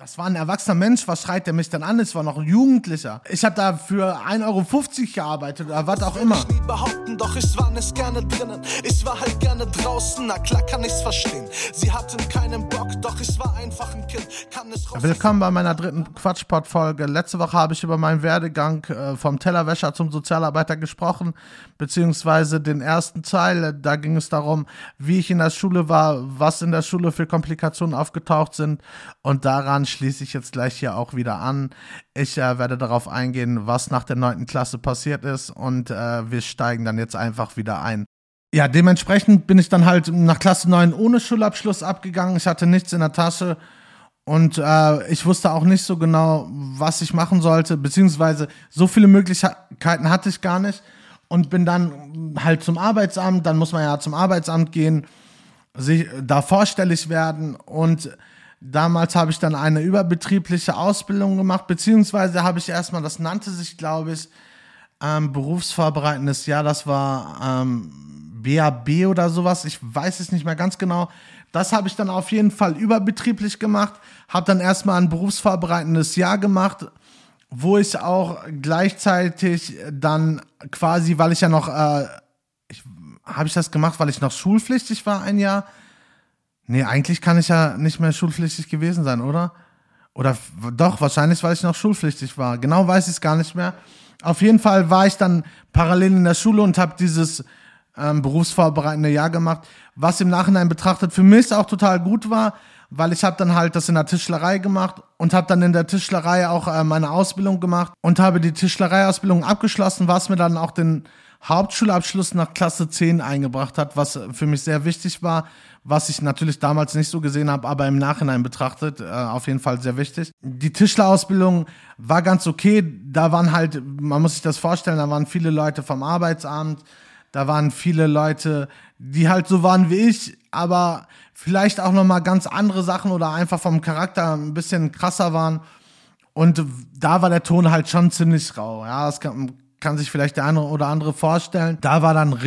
Das war ein erwachsener Mensch, was schreit der mich dann an? Es war noch ein Jugendlicher. Ich habe da für 1,50 € gearbeitet oder was auch immer. Ich nie behaupten, doch ich war nicht gerne drinnen. Ich war halt gerne draußen, na klar kann ich's verstehen. Sie hatten keinen Bock, doch ich war einfach ein Kind. Kann nicht raus. Willkommen bei meiner 3. Quatschpot-Folge. Letzte Woche habe ich über meinen Werdegang vom Tellerwäscher zum Sozialarbeiter gesprochen, beziehungsweise den ersten Teil. Da ging es darum, wie ich in der Schule war, was in der Schule für Komplikationen aufgetaucht sind, und daran schließe ich jetzt gleich hier auch wieder an. Ich werde darauf eingehen, was nach der 9. Klasse passiert ist, und wir steigen dann jetzt einfach wieder ein. Ja, dementsprechend bin ich dann halt nach Klasse 9 ohne Schulabschluss abgegangen. Ich hatte nichts in der Tasche und ich wusste auch nicht so genau, was ich machen sollte, beziehungsweise so viele Möglichkeiten hatte ich gar nicht, und bin dann halt zum Arbeitsamt. Dann muss man ja zum Arbeitsamt gehen, sich da vorstellig werden, und damals habe ich dann eine überbetriebliche Ausbildung gemacht, beziehungsweise habe ich erstmal, das nannte sich, glaube ich, berufsvorbereitendes Jahr, das war BAB oder sowas, ich weiß es nicht mehr ganz genau. Das habe ich dann auf jeden Fall überbetrieblich gemacht, habe dann erstmal ein berufsvorbereitendes Jahr gemacht, wo ich auch gleichzeitig dann quasi, weil ich ja noch, habe ich das gemacht, weil ich noch schulpflichtig war ein Jahr? Nee, eigentlich kann ich ja nicht mehr schulpflichtig gewesen sein, oder? Oder doch, wahrscheinlich, weil ich noch schulpflichtig war. Genau weiß ich es gar nicht mehr. Auf jeden Fall war ich dann parallel in der Schule und habe dieses berufsvorbereitende Jahr gemacht, was im Nachhinein betrachtet für mich auch total gut war, weil ich habe dann halt das in der Tischlerei gemacht und habe dann in der Tischlerei auch meine Ausbildung gemacht und habe die Tischlereiausbildung abgeschlossen, was mir dann auch den Hauptschulabschluss nach Klasse 10 eingebracht hat, was für mich sehr wichtig war, was ich natürlich damals nicht so gesehen habe, aber im Nachhinein betrachtet auf jeden Fall sehr wichtig. Die Tischlerausbildung war ganz okay, da waren halt, man muss sich das vorstellen, da waren viele Leute vom Arbeitsamt, da waren viele Leute, die halt so waren wie ich, aber vielleicht auch nochmal ganz andere Sachen oder einfach vom Charakter ein bisschen krasser waren, und da war der Ton halt schon ziemlich rau, ja, das kann sich vielleicht der eine oder andere vorstellen. Da war dann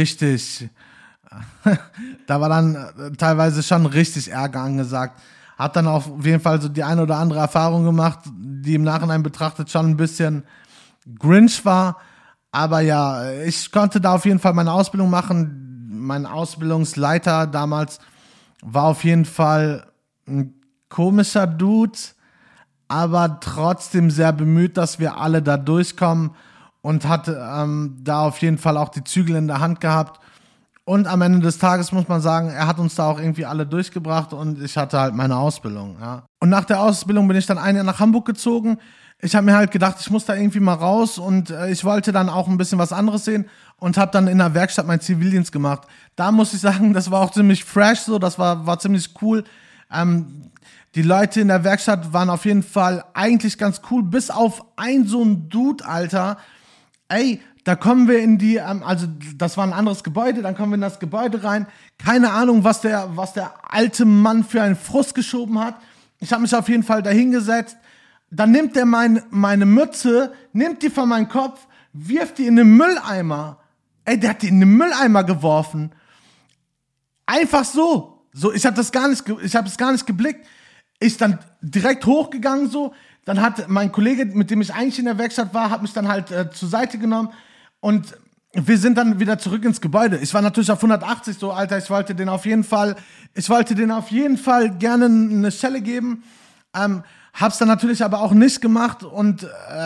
teilweise schon richtig Ärger angesagt. Hat dann auf jeden Fall so die eine oder andere Erfahrung gemacht, die im Nachhinein betrachtet schon ein bisschen Grinch war. Aber ja, ich konnte da auf jeden Fall meine Ausbildung machen. Mein Ausbildungsleiter damals war auf jeden Fall ein komischer Dude, aber trotzdem sehr bemüht, dass wir alle da durchkommen, und hat da auf jeden Fall auch die Zügel in der Hand gehabt. Und am Ende des Tages muss man sagen, er hat uns da auch irgendwie alle durchgebracht, und ich hatte halt meine Ausbildung. Ja. Und nach der Ausbildung bin ich dann ein Jahr nach Hamburg gezogen. Ich habe mir halt gedacht, ich muss da irgendwie mal raus, und ich wollte dann auch ein bisschen was anderes sehen und habe dann in der Werkstatt meinen Zivildienst gemacht. Da muss ich sagen, das war auch ziemlich fresh, so, das war ziemlich cool. Die Leute in der Werkstatt waren auf jeden Fall eigentlich ganz cool, bis auf so ein Dude, Alter. Ey, da kommen wir in die, also das war ein anderes Gebäude, dann kommen wir in das Gebäude rein. Keine Ahnung, was der alte Mann für einen Frust geschoben hat. Ich habe mich auf jeden Fall dahingesetzt. Dann nimmt der meine Mütze, nimmt die von meinem Kopf, wirft die in den Mülleimer. Ey, der hat die in den Mülleimer geworfen. Einfach so. So, ich habe es gar nicht geblickt. Ich dann direkt hochgegangen so. Dann hat mein Kollege, mit dem ich eigentlich in der Werkstatt war, hat mich dann halt zur Seite genommen, und wir sind dann wieder zurück ins Gebäude. Ich war natürlich auf 180 so, Alter, ich wollte den auf jeden Fall gerne eine Schelle geben. Hab's dann natürlich aber auch nicht gemacht, und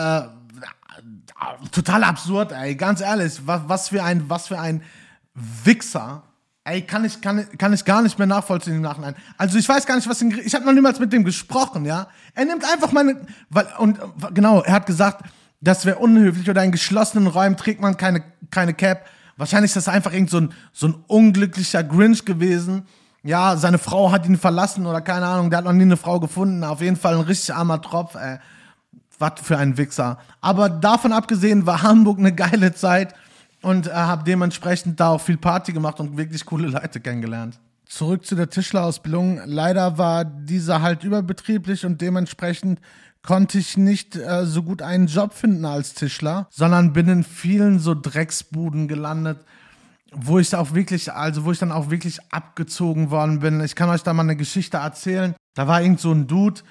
total absurd, ey, ganz ehrlich, was für ein Wichser. Ey, kann ich gar nicht mehr nachvollziehen im Nachhinein. Also ich weiß gar nicht, ich habe noch niemals mit dem gesprochen, ja. Er nimmt einfach er hat gesagt, das wäre unhöflich, oder in geschlossenen Räumen trägt man keine Cap. Wahrscheinlich ist das einfach irgend so ein unglücklicher Grinch gewesen. Ja, seine Frau hat ihn verlassen oder keine Ahnung, der hat noch nie eine Frau gefunden. Auf jeden Fall ein richtig armer Tropf, ey. Was für ein Wichser. Aber davon abgesehen war Hamburg eine geile Zeit. Und habe dementsprechend da auch viel Party gemacht und wirklich coole Leute kennengelernt. Zurück zu der Tischlerausbildung. Leider war diese halt überbetrieblich, und dementsprechend konnte ich nicht so gut einen Job finden als Tischler, sondern bin in vielen so Drecksbuden gelandet, wo ich dann auch wirklich abgezogen worden bin. Ich kann euch da mal eine Geschichte erzählen. Da war irgend so ein Dude,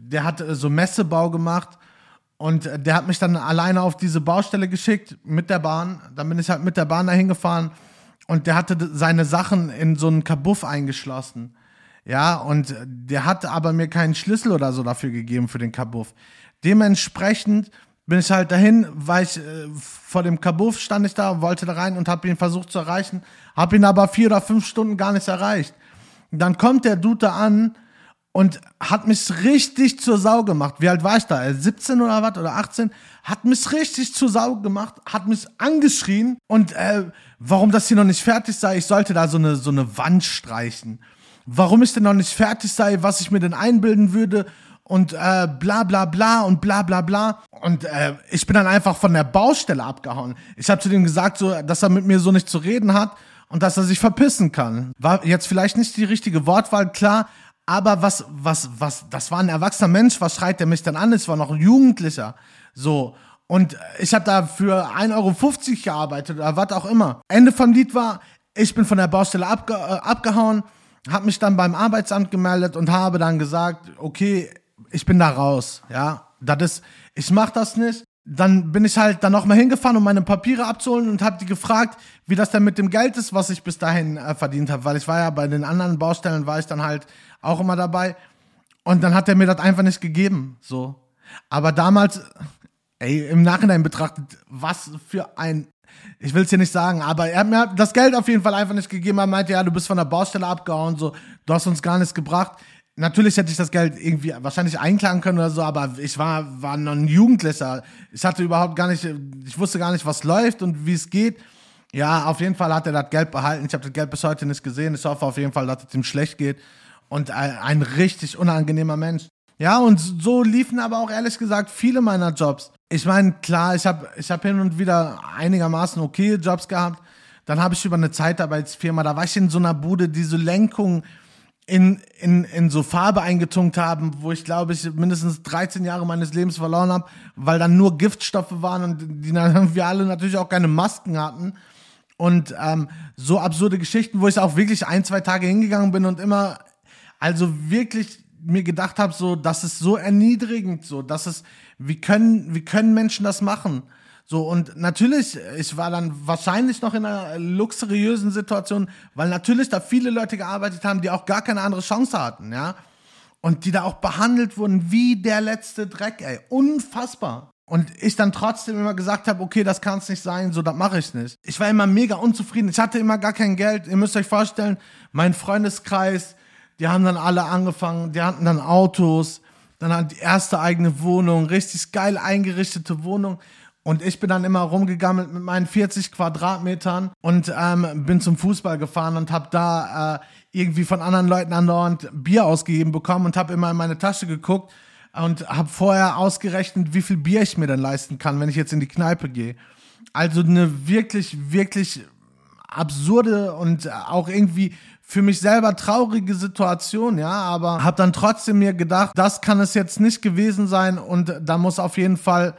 der hat so Messebau gemacht und der hat mich dann alleine auf diese Baustelle geschickt mit der Bahn. Dann bin ich halt mit der Bahn dahin gefahren und der hatte seine Sachen in so einen Kabuff eingeschlossen. Ja, und der hat aber mir keinen Schlüssel oder so dafür gegeben für den Kabuff. Dementsprechend bin ich halt dahin, weil ich vor dem Kabuff stand ich da, wollte da rein und habe ihn versucht zu erreichen, habe ihn aber 4 oder 5 Stunden gar nicht erreicht. Dann kommt der Dude da an und hat mich richtig zur Sau gemacht. Wie alt war ich da? 17 oder was? Oder 18? Hat mich richtig zur Sau gemacht, hat mich angeschrien und warum das hier noch nicht fertig sei, ich sollte da so eine Wand streichen. Warum ich denn noch nicht fertig sei, was ich mir denn einbilden würde und bla bla bla und bla bla bla. Und ich bin dann einfach von der Baustelle abgehauen. Ich habe zu dem gesagt, so, dass er mit mir so nicht zu reden hat und dass er sich verpissen kann. War jetzt vielleicht nicht die richtige Wortwahl, klar, aber das war ein erwachsener Mensch, was schreit der mich dann an? Es war noch ein Jugendlicher. So. Und ich habe da für 1,50 Euro gearbeitet oder was auch immer. Ende vom Lied war, ich bin von der Baustelle abgehauen, habe mich dann beim Arbeitsamt gemeldet und habe dann gesagt, okay, ich bin da raus, ja, ich mach das nicht. Dann bin ich halt dann nochmal hingefahren, um meine Papiere abzuholen und habe die gefragt, wie das denn mit dem Geld ist, was ich bis dahin verdient habe, weil ich war ja bei den anderen Baustellen, war ich dann halt auch immer dabei und dann hat er mir das einfach nicht gegeben, so. Aber damals, im Nachhinein betrachtet, was für ein, ich will es hier nicht sagen, aber er hat mir das Geld auf jeden Fall einfach nicht gegeben. Er meinte, ja, du bist von der Baustelle abgehauen, so, du hast uns gar nichts gebracht. Natürlich hätte ich das Geld irgendwie wahrscheinlich einklagen können oder so, aber ich war noch ein Jugendlicher. Ich wusste gar nicht, was läuft und wie es geht. Ja, auf jeden Fall hat er das Geld behalten. Ich habe das Geld bis heute nicht gesehen. Ich hoffe auf jeden Fall, dass es ihm schlecht geht. Und ein richtig unangenehmer Mensch. Ja, und so liefen aber auch ehrlich gesagt viele meiner Jobs. Ich meine, klar, ich hab hin und wieder einigermaßen okay Jobs gehabt. Dann habe ich über eine Zeitarbeitsfirma, da war ich in so einer Bude, die so Lenkung in so Farbe eingetunkt haben, wo ich, glaube ich, mindestens 13 Jahre meines Lebens verloren habe, weil dann nur Giftstoffe waren und wir alle natürlich auch keine Masken hatten. Und so absurde Geschichten, wo ich auch wirklich 1-2 Tage hingegangen bin und immer, also wirklich mir gedacht habe, so, das ist so erniedrigend, so, wie können Menschen das machen? So, und natürlich, ich war dann wahrscheinlich noch in einer luxuriösen Situation, weil natürlich da viele Leute gearbeitet haben, die auch gar keine andere Chance hatten, ja. Und die da auch behandelt wurden wie der letzte Dreck, unfassbar. Und ich dann trotzdem immer gesagt habe, okay, das kann es nicht sein, so, das mache ich nicht. Ich war immer mega unzufrieden, ich hatte immer gar kein Geld. Ihr müsst euch vorstellen, mein Freundeskreis, die haben dann alle angefangen, die hatten dann Autos, dann halt die erste eigene Wohnung, richtig geil eingerichtete Wohnung. Und ich bin dann immer rumgegammelt mit meinen 40 Quadratmetern und bin zum Fußball gefahren und habe da irgendwie von anderen Leuten andauernd Bier ausgegeben bekommen und habe immer in meine Tasche geguckt und habe vorher ausgerechnet, wie viel Bier ich mir dann leisten kann, wenn ich jetzt in die Kneipe gehe. Also eine wirklich, wirklich absurde und auch irgendwie für mich selber traurige Situation, ja, aber habe dann trotzdem mir gedacht, das kann es jetzt nicht gewesen sein und da muss auf jeden Fall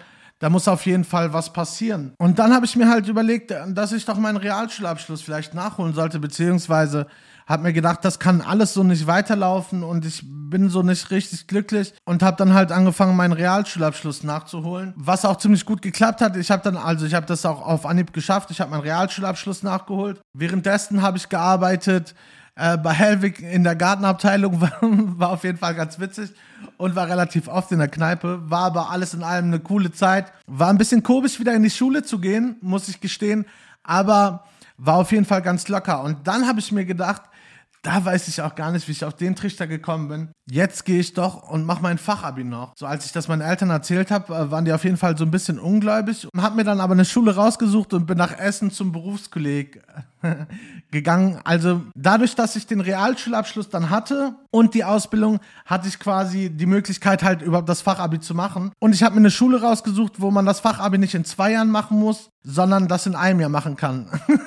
was passieren. Und dann habe ich mir halt überlegt, dass ich doch meinen Realschulabschluss vielleicht nachholen sollte, beziehungsweise habe mir gedacht, das kann alles so nicht weiterlaufen und ich bin so nicht richtig glücklich und habe dann halt angefangen, meinen Realschulabschluss nachzuholen, was auch ziemlich gut geklappt hat. Ich habe das auch auf Anhieb geschafft, ich habe meinen Realschulabschluss nachgeholt. Währenddessen habe ich gearbeitet bei Hellwig in der Gartenabteilung, war auf jeden Fall ganz witzig und war relativ oft in der Kneipe, war aber alles in allem eine coole Zeit. War ein bisschen komisch, wieder in die Schule zu gehen, muss ich gestehen, aber war auf jeden Fall ganz locker. Und dann habe ich mir gedacht, da weiß ich auch gar nicht, wie ich auf den Trichter gekommen bin. Jetzt gehe ich doch und mache mein Fachabi noch. So, als ich das meinen Eltern erzählt habe, waren die auf jeden Fall so ein bisschen ungläubig und habe mir dann aber eine Schule rausgesucht und bin nach Essen zum Berufskolleg gegangen. Also dadurch, dass ich den Realschulabschluss dann hatte und die Ausbildung, hatte ich quasi die Möglichkeit halt überhaupt das Fachabi zu machen. Und ich habe mir eine Schule rausgesucht, wo man das Fachabi nicht in 2 Jahren machen muss, sondern das in einem Jahr machen kann.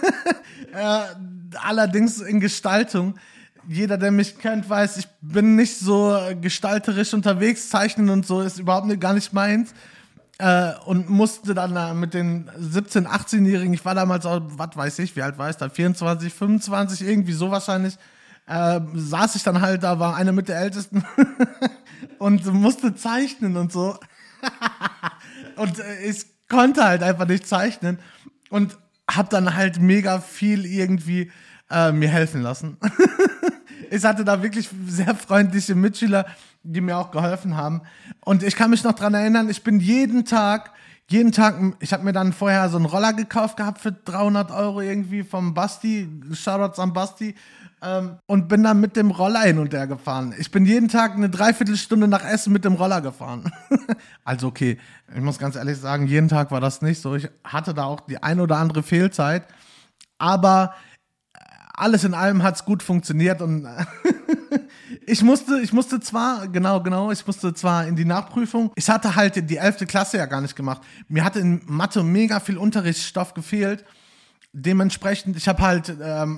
Allerdings in Gestaltung. Jeder, der mich kennt, weiß, ich bin nicht so gestalterisch unterwegs. Zeichnen und so ist überhaupt gar nicht meins. Und musste dann mit den 17-, 18-Jährigen, ich war damals auch, was weiß ich, wie alt war ich da, 24, 25, irgendwie so wahrscheinlich, saß ich dann halt da, war eine mit der Ältesten und musste zeichnen und so. Und ich konnte halt einfach nicht zeichnen und hab dann halt mega viel irgendwie mir helfen lassen. Ich hatte da wirklich sehr freundliche Mitschüler, die mir auch geholfen haben. Und ich kann mich noch dran erinnern, ich bin jeden Tag, ich habe mir dann vorher so einen Roller gekauft gehabt für 300 € irgendwie vom Basti, Shoutouts an Basti, und bin dann mit dem Roller hin und her gefahren. Ich bin jeden Tag eine Dreiviertelstunde nach Essen mit dem Roller gefahren. Also okay, ich muss ganz ehrlich sagen, jeden Tag war das nicht so. Ich hatte da auch die ein oder andere Fehlzeit, aber alles in allem hat's gut funktioniert und ich musste zwar in die Nachprüfung. Ich hatte halt die 11. Klasse ja gar nicht gemacht. Mir hatte in Mathe mega viel Unterrichtsstoff gefehlt. Dementsprechend, ich habe halt,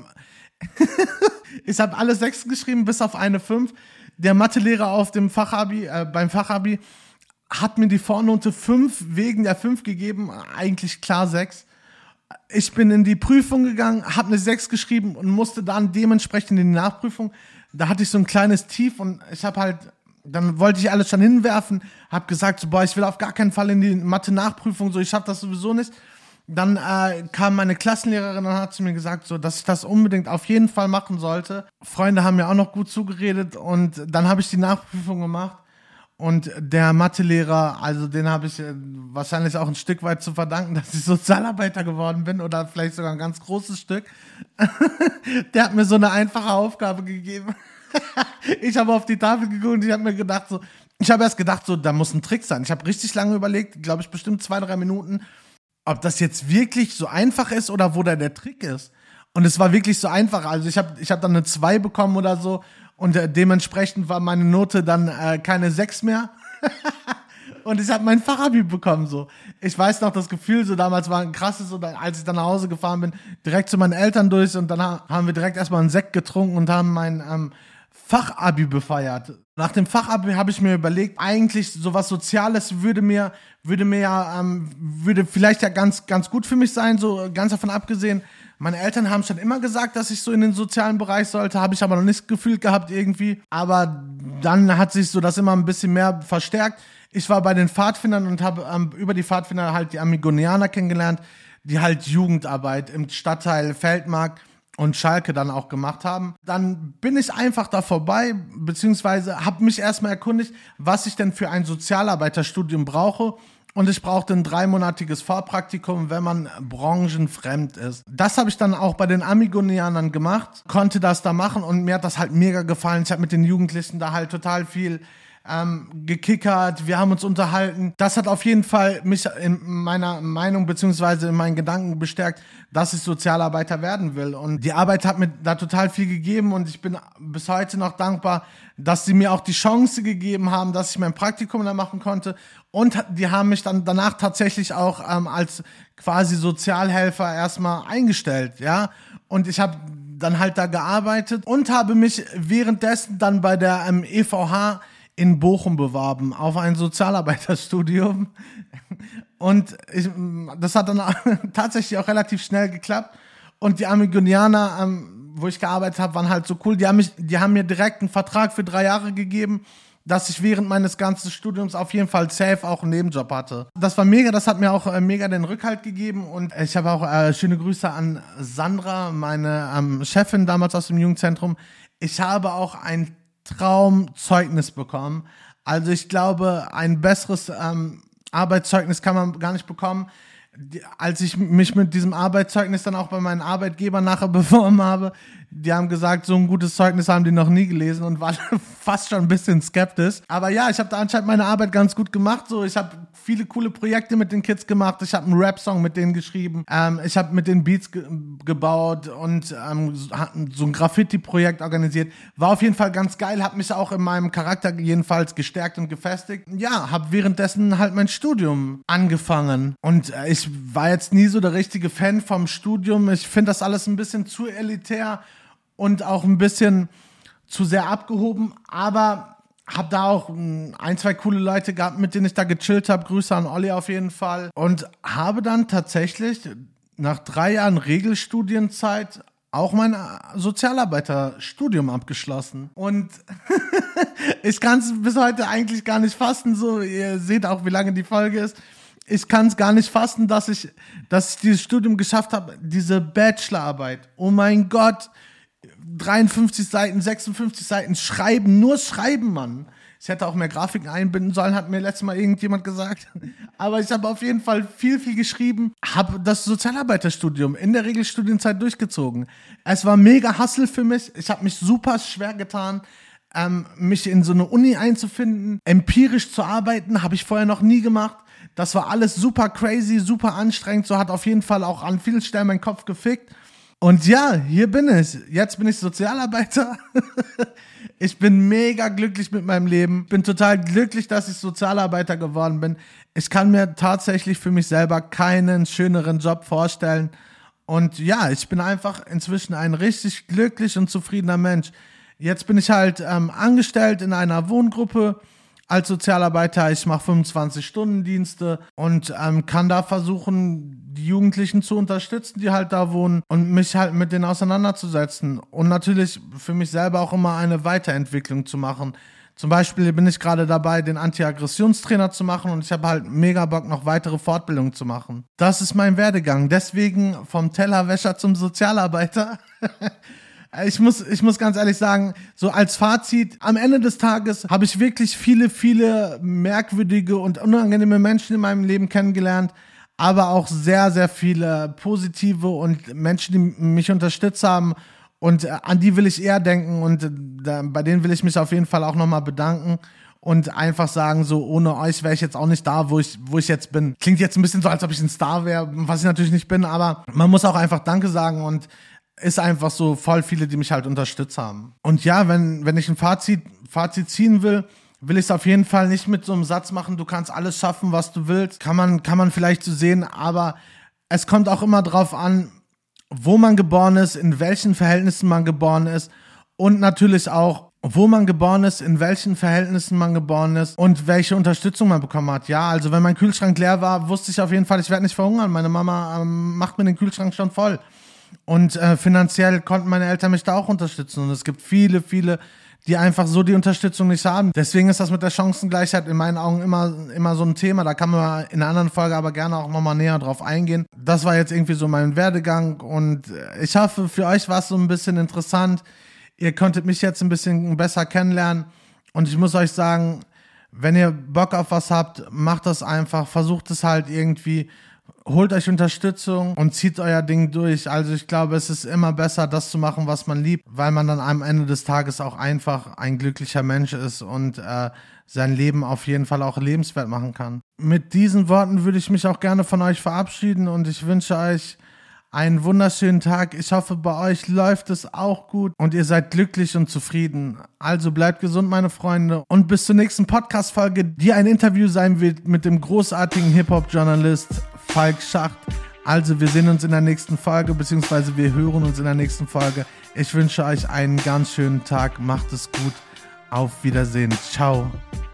ich habe alle 6 geschrieben, bis auf eine 5. Der Mathelehrer auf dem beim Fachabi hat mir die Vornote 5 wegen der 5 gegeben, eigentlich klar 6. Ich bin in die Prüfung gegangen, habe eine 6 geschrieben und musste dann dementsprechend in die Nachprüfung. Da hatte ich so ein kleines Tief und dann wollte ich alles schon hinwerfen, habe gesagt, so, boah, ich will auf gar keinen Fall in die Mathe-Nachprüfung, so, ich schaffe das sowieso nicht. Dann kam meine Klassenlehrerin und hat zu mir gesagt, so, dass ich das unbedingt auf jeden Fall machen sollte. Freunde haben mir auch noch gut zugeredet und dann habe ich die Nachprüfung gemacht. Und der Mathelehrer, also den habe ich wahrscheinlich auch ein Stück weit zu verdanken, dass ich Sozialarbeiter geworden bin oder vielleicht sogar ein ganz großes Stück. Der hat mir so eine einfache Aufgabe gegeben. Ich habe auf die Tafel geguckt und ich habe erst gedacht, so, da muss ein Trick sein. Ich habe richtig lange überlegt, glaube ich bestimmt 2-3 Minuten, ob das jetzt wirklich so einfach ist oder wo da der Trick ist. Und es war wirklich so einfach. Also ich hab dann eine 2 bekommen oder so. Und dementsprechend war meine Note dann keine 6 mehr. Und ich habe mein Fachabi bekommen, so. Ich weiß noch, das Gefühl so damals war ein krasses, so, als ich dann nach Hause gefahren bin, direkt zu meinen Eltern durch und dann haben wir direkt erstmal einen Sekt getrunken und haben mein Fachabi befeiert. Nach dem Fachabi habe ich mir überlegt, eigentlich sowas Soziales würde vielleicht ja ganz, ganz gut für mich sein, so ganz davon abgesehen. Meine Eltern haben schon immer gesagt, dass ich so in den sozialen Bereich sollte, habe ich aber noch nicht gefühlt gehabt irgendwie. Aber dann hat sich so das immer ein bisschen mehr verstärkt. Ich war bei den Pfadfindern und habe über die Pfadfinder halt die Amigonianer kennengelernt, die halt Jugendarbeit im Stadtteil Feldmark und Schalke dann auch gemacht haben. Dann bin ich einfach da vorbei, beziehungsweise habe mich erstmal erkundigt, was ich denn für ein Sozialarbeiterstudium brauche. Und ich brauchte ein 3-monatiges Vorpraktikum, wenn man branchenfremd ist. Das habe ich dann auch bei den Amigonianern gemacht, konnte das da machen und mir hat das halt mega gefallen. Ich habe mit den Jugendlichen da halt total viel gekickert, wir haben uns unterhalten. Das hat auf jeden Fall mich in meiner Meinung beziehungsweise in meinen Gedanken bestärkt, dass ich Sozialarbeiter werden will. Und die Arbeit hat mir da total viel gegeben und ich bin bis heute noch dankbar, dass sie mir auch die Chance gegeben haben, dass ich mein Praktikum da machen konnte. Und die haben mich dann danach tatsächlich auch als quasi Sozialhelfer erstmal eingestellt, ja. Und ich habe dann halt da gearbeitet und habe mich währenddessen dann bei der EVH in Bochum beworben auf ein Sozialarbeiterstudium. Und das hat dann tatsächlich auch relativ schnell geklappt. Und die Amigonianer, wo ich gearbeitet habe, waren halt so cool. Die haben mir direkt einen Vertrag für 3 Jahre gegeben, dass ich während meines ganzen Studiums auf jeden Fall safe auch einen Nebenjob hatte. Das war mega, das hat mir auch mega den Rückhalt gegeben. Und ich habe auch schöne Grüße an Sandra, meine Chefin damals aus dem Jugendzentrum. Ich habe auch ein Traumzeugnis bekommen. Also ich glaube, ein besseres Arbeitszeugnis kann man gar nicht bekommen. Als ich mich mit diesem Arbeitszeugnis dann auch bei meinen Arbeitgebern nachher beworben habe, die haben gesagt, so ein gutes Zeugnis haben die noch nie gelesen und waren fast schon ein bisschen skeptisch. Aber ja, ich habe da anscheinend meine Arbeit ganz gut gemacht. So, ich habe viele coole Projekte mit den Kids gemacht. Ich habe einen Rap-Song mit denen geschrieben. Ich habe mit den Beats gebaut und so ein Graffiti-Projekt organisiert. War auf jeden Fall ganz geil. Hat mich auch in meinem Charakter jedenfalls gestärkt und gefestigt. Ja, habe währenddessen halt mein Studium angefangen. Und ich war jetzt nie so der richtige Fan vom Studium. Ich finde das alles ein bisschen zu elitär und auch ein bisschen zu sehr abgehoben, aber habe da auch 1-2 coole Leute gehabt, mit denen ich da gechillt habe. Grüße an Olli auf jeden Fall. Und habe dann tatsächlich nach 3 Jahren Regelstudienzeit auch mein Sozialarbeiterstudium abgeschlossen. Und ich kann es bis heute eigentlich gar nicht fassen, so, ihr seht auch, wie lange die Folge ist. Ich kann es gar nicht fassen, dass ich dieses Studium geschafft habe, diese Bachelorarbeit. Oh mein Gott, 53 Seiten, 56 Seiten schreiben, nur schreiben, Mann. Ich hätte auch mehr Grafiken einbinden sollen, hat mir letztes Mal irgendjemand gesagt. Aber ich habe auf jeden Fall viel geschrieben. Habe das Sozialarbeiterstudium in der Regelstudienzeit durchgezogen. Es war mega Hustle für mich. Ich habe mich super schwer getan, mich in so eine Uni einzufinden. Empirisch zu arbeiten, habe ich vorher noch nie gemacht. Das war alles super crazy, super anstrengend. So hat auf jeden Fall auch an vielen Stellen mein Kopf gefickt. Und ja, hier bin ich. Jetzt bin ich Sozialarbeiter. Ich bin mega glücklich mit meinem Leben. Bin total glücklich, dass ich Sozialarbeiter geworden bin. Ich kann mir tatsächlich für mich selber keinen schöneren Job vorstellen. Und ja, ich bin einfach inzwischen ein richtig glücklich und zufriedener Mensch. Jetzt bin ich halt angestellt in einer Wohngruppe als Sozialarbeiter. Ich mache 25-Stunden-Dienste und kann da versuchen, die Jugendlichen zu unterstützen, die halt da wohnen und mich halt mit denen auseinanderzusetzen und natürlich für mich selber auch immer eine Weiterentwicklung zu machen. Zum Beispiel bin ich gerade dabei, den Anti-Aggressionstrainer zu machen und ich habe halt mega Bock, noch weitere Fortbildungen zu machen. Das ist mein Werdegang. Deswegen vom Tellerwäscher zum Sozialarbeiter. Ich muss ganz ehrlich sagen, so als Fazit, am Ende des Tages habe ich wirklich viele merkwürdige und unangenehme Menschen in meinem Leben kennengelernt, aber auch sehr viele positive und Menschen, die mich unterstützt haben und an die will ich eher denken und bei denen will ich mich auf jeden Fall auch nochmal bedanken und einfach sagen, so ohne euch wäre ich jetzt auch nicht da, wo ich jetzt bin. Klingt jetzt ein bisschen so, als ob ich ein Star wäre, was ich natürlich nicht bin, aber man muss auch einfach Danke sagen und ist einfach so voll viele, die mich halt unterstützt haben. Und ja, wenn ich ein Fazit ziehen will ich es auf jeden Fall nicht mit so einem Satz machen, du kannst alles schaffen, was du willst. Kann man vielleicht so sehen, aber es kommt auch immer drauf an, wo man geboren ist, in welchen Verhältnissen man geboren ist und natürlich auch, wo man geboren ist, in welchen Verhältnissen man geboren ist und welche Unterstützung man bekommen hat. Ja, also wenn mein Kühlschrank leer war, wusste ich auf jeden Fall, ich werde nicht verhungern. Meine Mama macht mir den Kühlschrank schon voll. Und finanziell konnten meine Eltern mich da auch unterstützen. Und es gibt viele, die einfach so die Unterstützung nicht haben. Deswegen ist das mit der Chancengleichheit in meinen Augen immer so ein Thema. Da kann man in einer anderen Folge aber gerne auch nochmal näher drauf eingehen. Das war jetzt irgendwie so mein Werdegang und ich hoffe, für euch war es so ein bisschen interessant. Ihr konntet mich jetzt ein bisschen besser kennenlernen und ich muss euch sagen, wenn ihr Bock auf was habt, macht das einfach, versucht es halt irgendwie, holt euch Unterstützung und zieht euer Ding durch. Also ich glaube, es ist immer besser, das zu machen, was man liebt, weil man dann am Ende des Tages auch einfach ein glücklicher Mensch ist und sein Leben auf jeden Fall auch lebenswert machen kann. Mit diesen Worten würde ich mich auch gerne von euch verabschieden und ich wünsche euch einen wunderschönen Tag. Ich hoffe, bei euch läuft es auch gut und ihr seid glücklich und zufrieden. Also bleibt gesund, meine Freunde. Und bis zur nächsten Podcast-Folge, die ein Interview sein wird mit dem großartigen Hip-Hop-Journalist Falk Schacht. Also wir sehen uns in der nächsten Folge, beziehungsweise wir hören uns in der nächsten Folge. Ich wünsche euch einen ganz schönen Tag. Macht es gut. Auf Wiedersehen. Ciao.